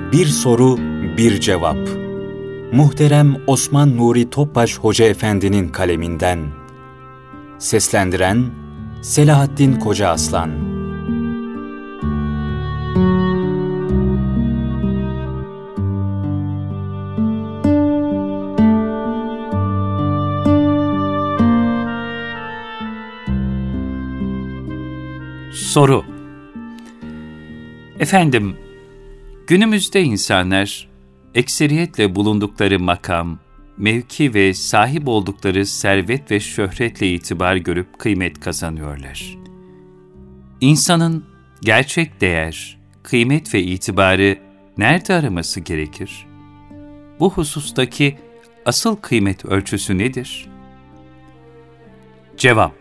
Bir soru, bir cevap. Muhterem Osman Nuri Topbaş Hoca Efendi'nin kaleminden. Seslendiren Selahattin Kocaaslan. Soru. Efendim, günümüzde insanlar ekseriyetle bulundukları makam, mevki ve sahip oldukları servet ve şöhretle itibar görüp kıymet kazanıyorlar. İnsanın gerçek değer, kıymet ve itibarı nerede araması gerekir? Bu husustaki asıl kıymet ölçüsü nedir? Cevap.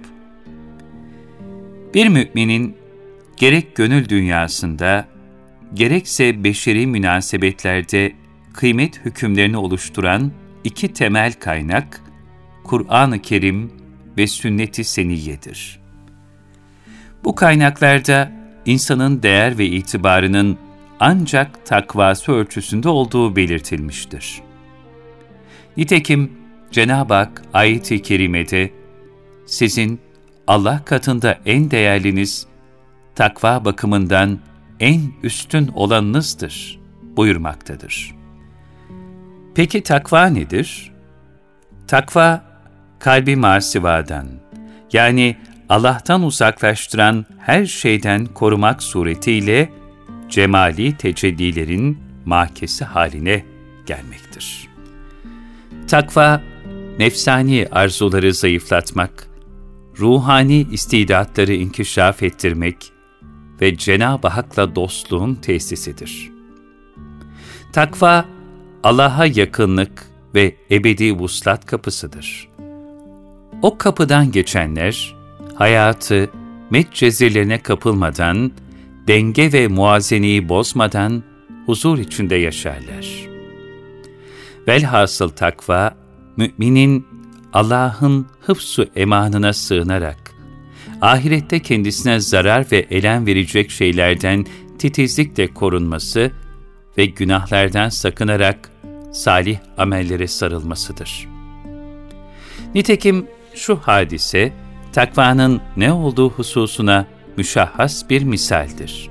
Bir müminin gerek gönül dünyasında, gerekse beşeri münasebetlerde kıymet hükümlerini oluşturan iki temel kaynak, Kur'an-ı Kerim ve Sünnet-i Seniyye'dir. Bu kaynaklarda insanın değer ve itibarının ancak takvası ölçüsünde olduğu belirtilmiştir. Nitekim Cenab-ı Hak ayet-i kerimede, sizin Allah katında en değerliniz, takva bakımından en üstün olanınızdır buyurmaktadır. Peki takva nedir? Takva, kalbi masivadan, yani Allah'tan uzaklaştıran her şeyden korumak suretiyle cemali tecellilerin mahkesi haline gelmektir. Takva, nefsani arzuları zayıflatmak, ruhani istidatları inkişaf ettirmek ve Cenab-ı Hak'la dostluğun tesisidir. Takva, Allah'a yakınlık ve ebedi vuslat kapısıdır. O kapıdan geçenler, hayatı metcezirlerine kapılmadan, denge ve muazeneyi bozmadan huzur içinde yaşarlar. Velhasıl takva, müminin Allah'ın hıfz-ı emanına sığınarak, ahirette kendisine zarar ve elem verecek şeylerden titizlikle korunması ve günahlardan sakınarak salih amellere sarılmasıdır. Nitekim şu hadise, takvanın ne olduğu hususuna müşahhas bir misaldir.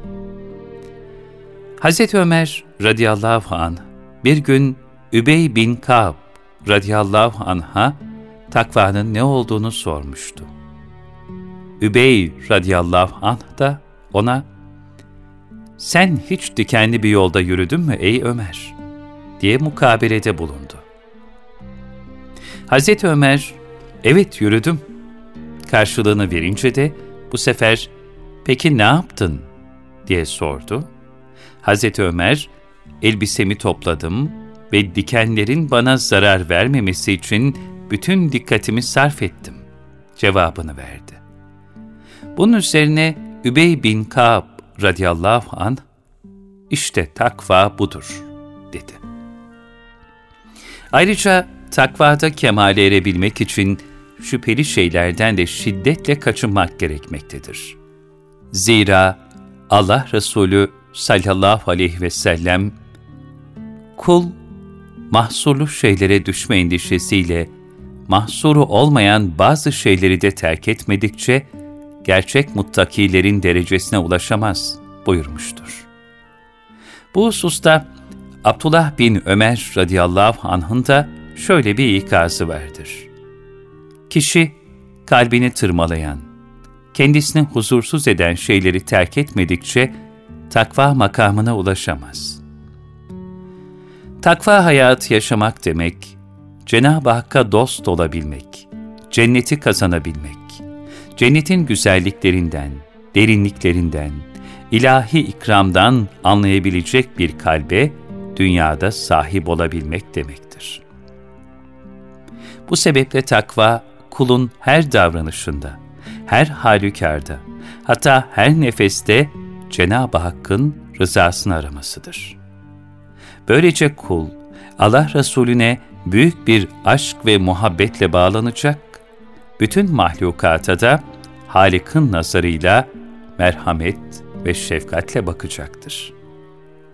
Hz. Ömer radıyallahu anh bir gün Übey bin Ka'b radıyallahu anh'a takvanın ne olduğunu sormuştu. Übey radıyallahu anh da ona, "Sen hiç dikenli bir yolda yürüdün mü ey Ömer?" diye mukabelede bulundu. Hazreti Ömer, "Evet yürüdüm." karşılığını verince de bu sefer, "Peki ne yaptın?" diye sordu. Hazreti Ömer, "Elbisemi topladım ve dikenlerin bana zarar vermemesi için bütün dikkatimi sarf ettim." cevabını verdi. Bunun üzerine Übey bin Ka'b radıyallahu anh, "İşte takva budur." dedi. Ayrıca takvada kemale erebilmek için şüpheli şeylerden de şiddetle kaçınmak gerekmektedir. Zira Allah Resulü sallallahu aleyhi ve sellem, "Kul, mahsurlu şeylere düşme endişesiyle mahsuru olmayan bazı şeyleri de terk etmedikçe gerçek muttakilerin derecesine ulaşamaz" buyurmuştur. Bu hususta Abdullah bin Ömer radıyallahu anh'ın da şöyle bir ikazı vardır. Kişi kalbini tırmalayan, kendisini huzursuz eden şeyleri terk etmedikçe takva makamına ulaşamaz. Takva hayatı yaşamak demek, Cenab-ı Hakk'a dost olabilmek, cenneti kazanabilmek, cennetin güzelliklerinden, derinliklerinden, ilahi ikramdan anlayabilecek bir kalbe dünyada sahip olabilmek demektir. Bu sebeple takva, kulun her davranışında, her halükarda, hatta her nefeste Cenab-ı Hakk'ın rızasını aramasıdır. Böylece kul, Allah Resulüne büyük bir aşk ve muhabbetle bağlanacak, bütün mahlukata da Halık'ın nazarıyla merhamet ve şefkatle bakacaktır.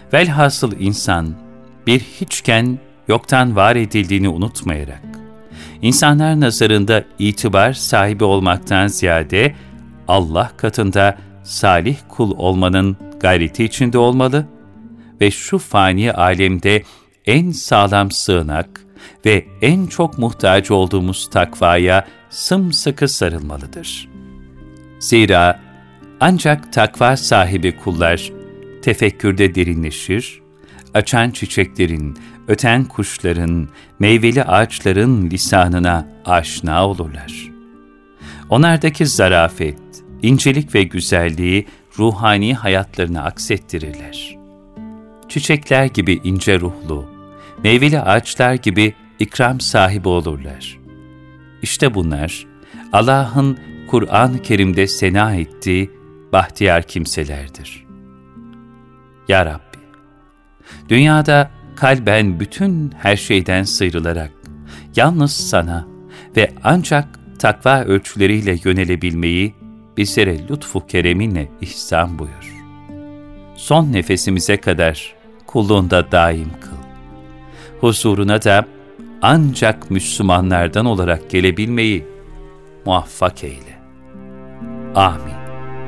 Velhasıl insan, bir hiçken yoktan var edildiğini unutmayarak, insanlar nazarında itibar sahibi olmaktan ziyade Allah katında salih kul olmanın gayreti içinde olmalı ve şu fani alemde en sağlam sığınak ve en çok muhtaç olduğumuz takvaya sımsıkı sarılmalıdır. Zira ancak takva sahibi kullar tefekkürde derinleşir, açan çiçeklerin, öten kuşların, meyveli ağaçların lisanına aşina olurlar. Onlardaki zarafet, incelik ve güzelliği ruhani hayatlarına aksettirirler. Çiçekler gibi ince ruhlu, meyveli ağaçlar gibi ikram sahibi olurlar. İşte bunlar, Allah'ın Kur'an-ı Kerim'de sena ettiği bahtiyar kimselerdir. Ya Rabbi, dünyada kalben bütün her şeyden sıyrılarak, yalnız sana ve ancak takva ölçüleriyle yönelebilmeyi bizlere lütfu kereminle ihsan buyur. Son nefesimize kadar kulluğunda daim kıl. Huzuruna da ancak Müslümanlardan olarak gelebilmeyi muvaffak eyle. Amin.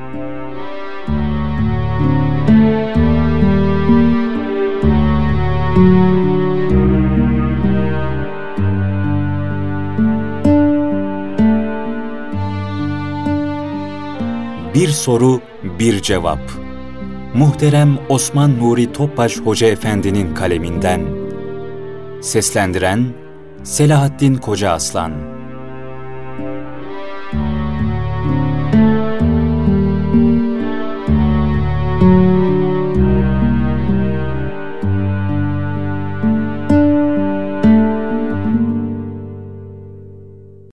Bir soru, bir cevap. Muhterem Osman Nuri Topbaş Hoca Efendi'nin kaleminden. Seslendiren Selahattin Kocaaslan.